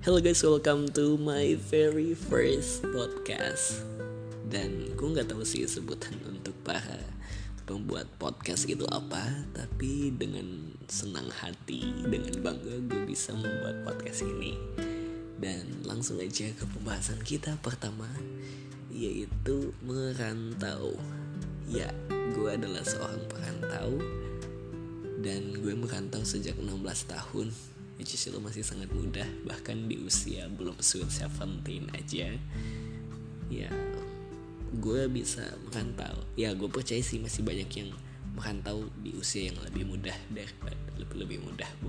Hello guys, welcome to my very first podcast. Dan gue gak tahu sih sebutan untuk para pembuat podcast itu apa, tapi dengan senang hati, dengan bangga gue bisa membuat podcast ini. Dan langsung aja ke pembahasan kita pertama, yaitu merantau. Ya, gue adalah seorang perantau, dan gue merantau sejak 16 tahun, which is itu masih sangat muda. Bahkan di usia belum sweet 17 aja, ya gue bisa merantau. Ya gue percaya sih masih banyak yang merantau di usia yang lebih muda daripada lebih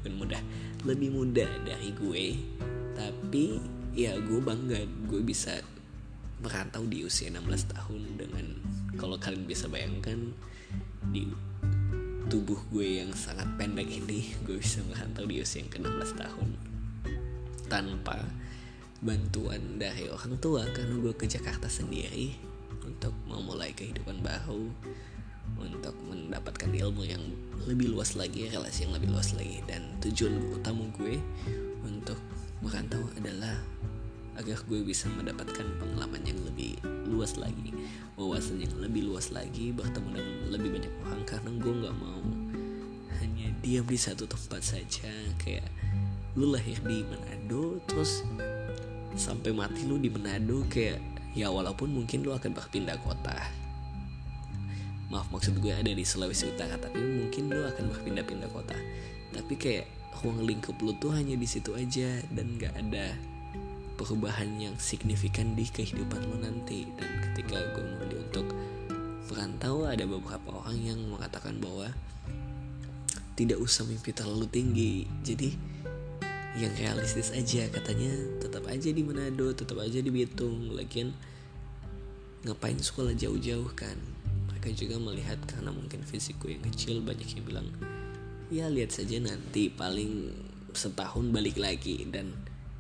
muda dari gue. Tapi ya gue bangga gue bisa merantau di usia 16 tahun dengan, kalau kalian bisa bayangkan, di tubuh gue yang sangat pendek ini, gue bisa merantau di usia yang ke-16 tahun tanpa bantuan dari orang tua, karena gue ke Jakarta sendiri untuk memulai kehidupan baru, untuk mendapatkan ilmu yang lebih luas lagi, relasi yang lebih luas lagi. Dan tujuan utama gue untuk merantau adalah agar gue bisa mendapatkan pengalaman yang lebih luas lagi, wawasan yang lebih luas lagi, bertemu dengan lebih banyak orang. Karena gue gak mau hanya diam di satu tempat saja. Kayak lu lahir di Manado, terus sampai mati lu di Manado. Kayak ya walaupun mungkin lu akan berpindah kota, maksud gue ada di Sulawesi Utara, tapi mungkin lu akan berpindah-pindah kota. Tapi kayak ruang lingkup lu tuh hanya di situ aja, dan gak ada perubahan yang signifikan di kehidupan lo nanti. Dan ketika gue memilih untuk merantau, ada beberapa orang yang mengatakan bahwa tidak usah mimpi terlalu tinggi, jadi yang realistis aja. Katanya tetap aja di Manado, tetap aja di Bitung, lagian ngapain sekolah jauh-jauh kan. Mereka juga melihat karena mungkin fisikku yang kecil, banyak yang bilang ya lihat saja nanti, paling setahun balik lagi. Dan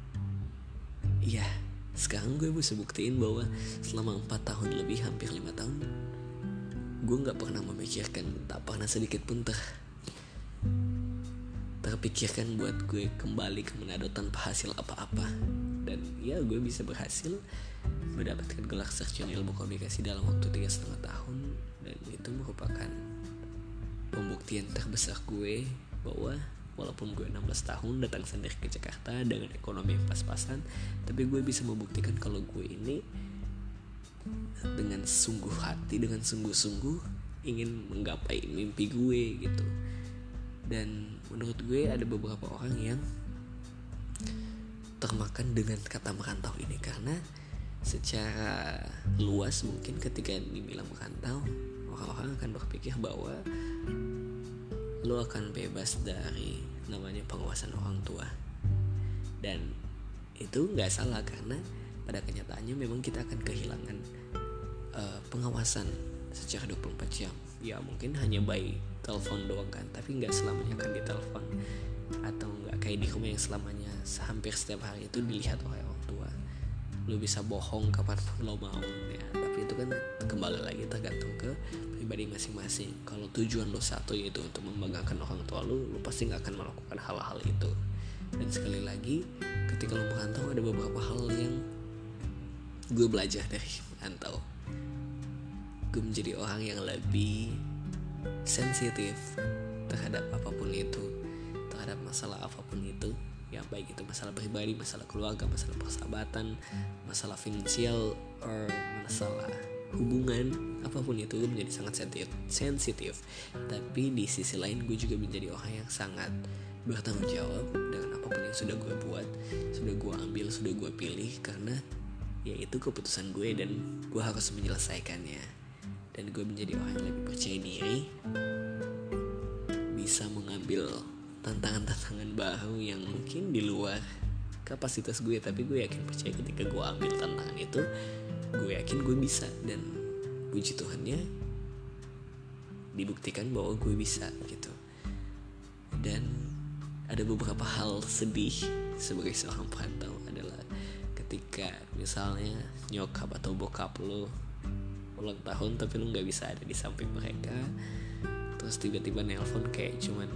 ya, sekarang gue bisa buktiin bahwa selama 4 tahun lebih, hampir 5 tahun, gue gak pernah memikirkan, tak pernah sedikit pun terpikirkan buat gue kembali ke Manado tanpa hasil apa-apa. Dan ya gue bisa berhasil mendapatkan gelar sarjana ilmu komunikasi dalam waktu 3,5 tahun. Dan itu merupakan pembuktian terbesar gue bahwa walaupun gue 16 tahun datang sendiri ke Jakarta dengan ekonomi yang pas-pasan, tapi gue bisa membuktikan kalau gue ini dengan sungguh hati, dengan sungguh-sungguh ingin menggapai mimpi gue gitu. Dan menurut gue ada beberapa orang yang termakan dengan kata merantau ini, karena secara luas mungkin ketika dibilang merantau, orang-orang akan berpikir bahwa lo akan bebas dari namanya pengawasan orang tua. Dan itu gak salah, karena pada kenyataannya memang kita akan kehilangan pengawasan secara 24 jam. Ya mungkin hanya by telepon doang kan, tapi gak selamanya akan ditelepon, atau gak kayak di rumah yang selamanya hampir setiap hari itu dilihat oleh orang tua. Lo bisa bohong kapanpun lo mau ya, tapi itu kan kembali lagi tergantung ke pribadi masing-masing. Kalau tujuan lo satu, yaitu untuk membanggakan orang tua lo pasti gak akan melakukan hal-hal itu. Dan sekali lagi, ketika lo merantau, ada beberapa hal yang gue belajar dari merantau. Gue menjadi orang yang lebih sensitif terhadap apapun itu, terhadap masalah apapun itu, ya baik itu masalah pribadi, masalah keluarga, masalah persahabatan, masalah finansial, or masalah hubungan, apapun itu gue menjadi sangat sensitif. Tapi di sisi lain gue juga menjadi orang yang sangat bertanggung jawab dengan apapun yang sudah gue buat, sudah gue ambil, sudah gue pilih, karena ya itu keputusan gue dan gue harus menyelesaikannya. Dan gue menjadi orang yang lebih percaya diri, bisa mengambil tantangan-tantangan baru yang mungkin di luar kapasitas gue, tapi gue yakin percaya ketika gue ambil tantangan itu, gue yakin gue bisa. Dan puji Tuhannya dibuktikan bahwa gue bisa gitu. Dan ada beberapa hal sedih sebagai seorang perantau adalah ketika misalnya nyokap atau bokap lo ulang tahun tapi lo gak bisa ada di samping mereka, terus tiba-tiba nelpon kayak cuman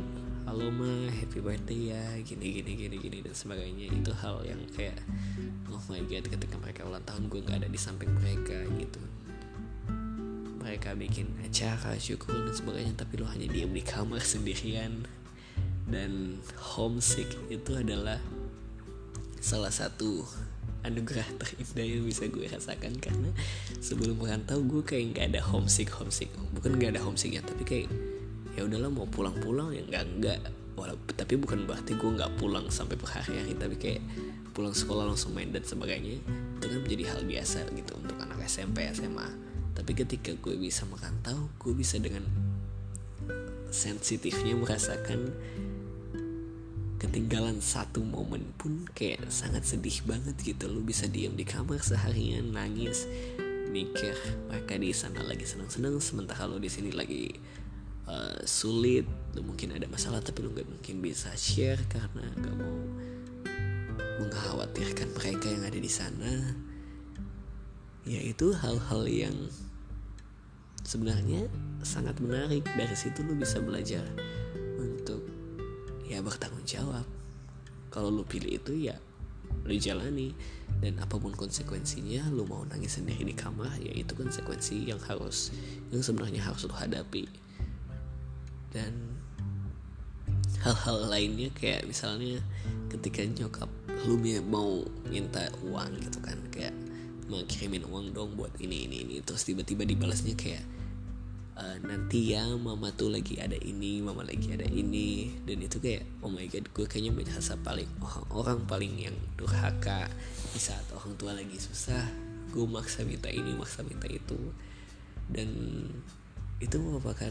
halo ma, happy birthday ya, gini dan sebagainya. Itu hal yang kayak oh my god, ketika mereka ulang tahun gue nggak ada di samping mereka gitu. Mereka bikin acara syukur dan sebagainya, tapi lo hanya diam di kamar sendirian. Dan homesick itu adalah salah satu anugerah terindah yang bisa gue rasakan, karena sebelum merantau gue kayak nggak ada homesick, bukan nggak ada homesicknya, tapi kayak ya udahlah mau pulang ya nggak tapi bukan berarti gue nggak pulang sampai berhari-hari, tapi kayak pulang sekolah langsung main dan sebagainya. Itu kan menjadi hal biasa gitu untuk anak SMP SMA. Tapi ketika gue bisa merantau, gue bisa dengan sensitifnya merasakan ketinggalan satu momen pun kayak sangat sedih banget gitu. Lu bisa diam di kamar seharian nangis mikir mereka di sana lagi senang-senang, sementara lu di sini lagi sulit. Lu mungkin ada masalah tapi lu nggak mungkin bisa share karena nggak mau mengkhawatirkan mereka yang ada di sana. Yaitu hal-hal yang sebenarnya sangat menarik. Dari situ lu bisa belajar untuk ya bertanggung jawab. Kalau lu pilih itu ya lu jalani, dan apapun konsekuensinya. Lu mau nangis sendiri di kamar, ya itu konsekuensi yang sebenarnya harus lu hadapi. Dan hal-hal lainnya kayak misalnya ketika nyokap lu mau minta uang gitu kan, kayak mau kirimin uang dong buat ini, terus tiba-tiba dibalasnya kayak nanti ya mama tuh lagi ada ini, mama lagi ada ini. Dan itu kayak oh my god, gue kayaknya merasa paling orang paling yang durhaka di saat orang tua lagi susah. Gue maksa minta ini, maksa minta itu, dan itu merupakan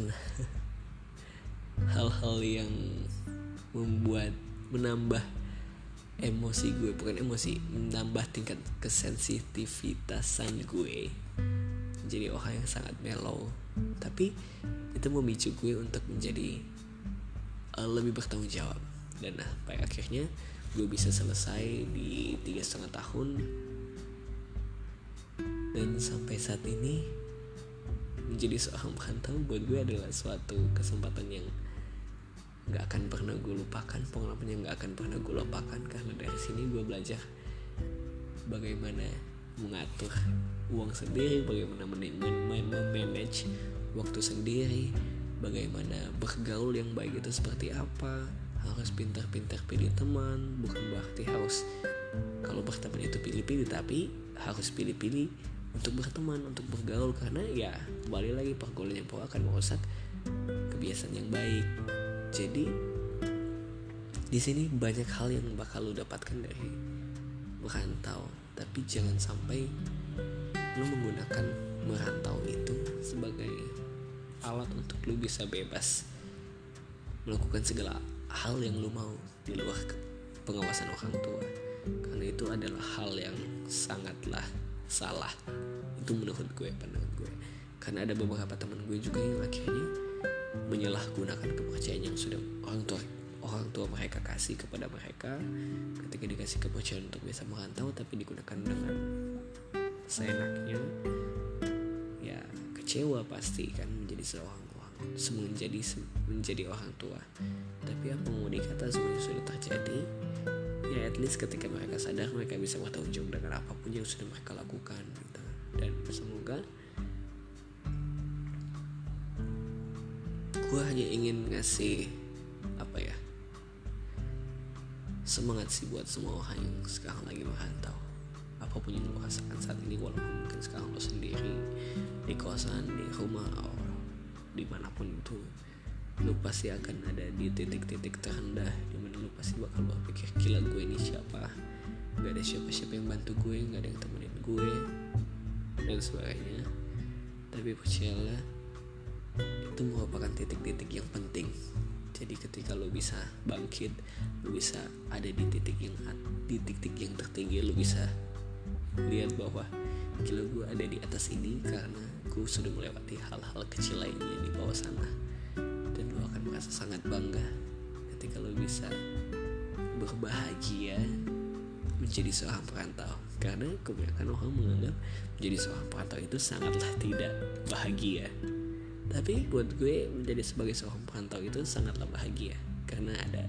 hal-hal yang menambah emosi gue, menambah tingkat kesensitivitasan gue jadi orang yang sangat mellow. Tapi itu memicu gue untuk menjadi lebih bertanggung jawab. Dan pada akhirnya gue bisa selesai di 3,5 tahun. Dan sampai saat ini menjadi seorang perantau buat gue adalah suatu kesempatan yang gak akan pernah gue lupakan, pengalaman yang gak akan pernah gue lupakan. Karena dari sini gue belajar bagaimana mengatur uang sendiri, bagaimana memanage waktu sendiri, bagaimana bergaul yang baik itu seperti apa. Harus pintar-pintar pilih teman, bukan berarti harus kalau berteman itu pilih-pilih, tapi harus pilih-pilih untuk berteman, untuk bergaul. Karena ya kembali lagi, pergaulan yang buruk akan merusak kebiasaan yang baik. Jadi di sini banyak hal yang bakal lu dapatkan dari merantau, tapi jangan sampai lu menggunakan merantau itu sebagai alat untuk lu bisa bebas melakukan segala hal yang lu mau di luar pengawasan orang tua. Karena itu adalah hal yang sangatlah salah. Itu menurut gue, pandangan gue. Karena ada beberapa teman gue juga yang akhirnya menyalahgunakan kepercayaan yang sudah orang tua mereka kasih kepada mereka. Ketika dikasih kepercayaan untuk bisa merantau tapi digunakan dengan seenaknya, ya kecewa pasti kan menjadi menjadi orang tua. Tapi apa mau dikata, semuanya sudah terjadi. Ya at least ketika mereka sadar, mereka bisa bertanggung jawab dengan apapun yang sudah mereka lakukan gitu. Dan semoga gue hanya ingin ngasih semangat sih buat semua orang yang sekarang lagi merantau. Apapun yang lo rasakan saat ini, walaupun mungkin sekarang lo sendiri di kosan, di rumah, atau dimanapun itu, lo pasti akan ada di titik-titik terendah dimana lo pasti bakal berpikir, gila gue ini siapa, gak ada siapa-siapa yang bantu gue, gak ada yang temenin gue dan sebagainya. Tapi percayalah, itu merupakan titik-titik yang penting. Jadi ketika lo bisa bangkit, lo bisa ada di titik yang tertinggi, lo bisa lihat bahwa gila gue ada di atas ini karena gue sudah melewati hal-hal kecil lainnya di bawah sana. Dan lo akan merasa sangat bangga ketika lo bisa berbahagia menjadi seorang perantau. Karena kebanyakan orang menganggap menjadi seorang perantau itu sangatlah tidak bahagia. Tapi buat gue menjadi sebagai seorang perantau itu sangatlah bahagia. karena ada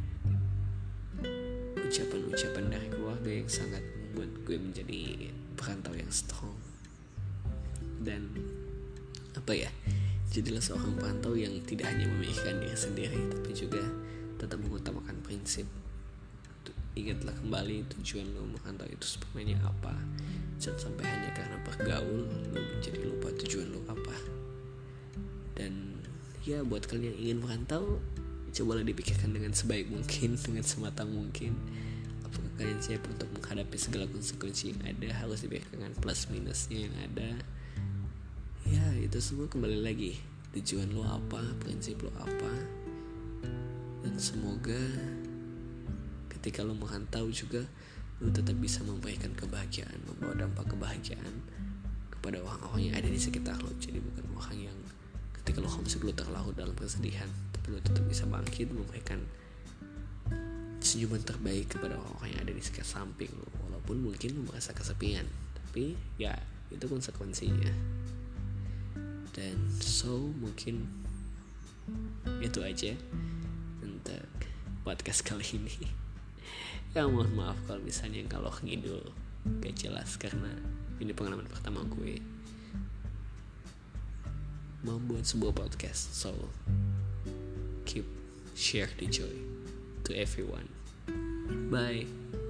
ucapan-ucapan dari keluarga yang sangat membuat gue menjadi perantau yang strong. Dan jadilah seorang perantau yang tidak hanya memikirkan diri sendiri, tapi juga tetap mengutamakan prinsip. Ingatlah kembali tujuan lo merantau itu sebenarnya apa. Jangan sampai hanya karena bergaul lo menjadi lupa tujuan lo apa. Dan ya, buat kalian yang ingin merantau, cobalah dipikirkan dengan sebaik mungkin, dengan sematang mungkin. Apakah kalian siap untuk menghadapi segala konsekuensi yang ada? Harus dipikirkan plus minusnya yang ada. Ya, itu semua kembali lagi, tujuan lo apa, prinsip lo apa. Dan semoga ketika lo merantau juga lo tetap bisa memberikan kebahagiaan, membawa dampak kebahagiaan kepada orang-orang yang ada di sekitar lo. Jadi bukan orang yang ketika lo homesick lo terlarut dalam kesedihan, tapi lo tetap bisa bangkit, memberikan senyuman terbaik kepada orang-orang yang ada di sekitar samping lo. Walaupun mungkin lo merasa kesepian, tapi ya itu konsekuensinya. Dan mungkin itu aja untuk podcast kali ini. Ya, mohon maaf kalau misalnya kalau ngidul gak jelas, karena ini pengalaman pertama gue membuat sebuah podcast. So keep share the joy to everyone. Bye.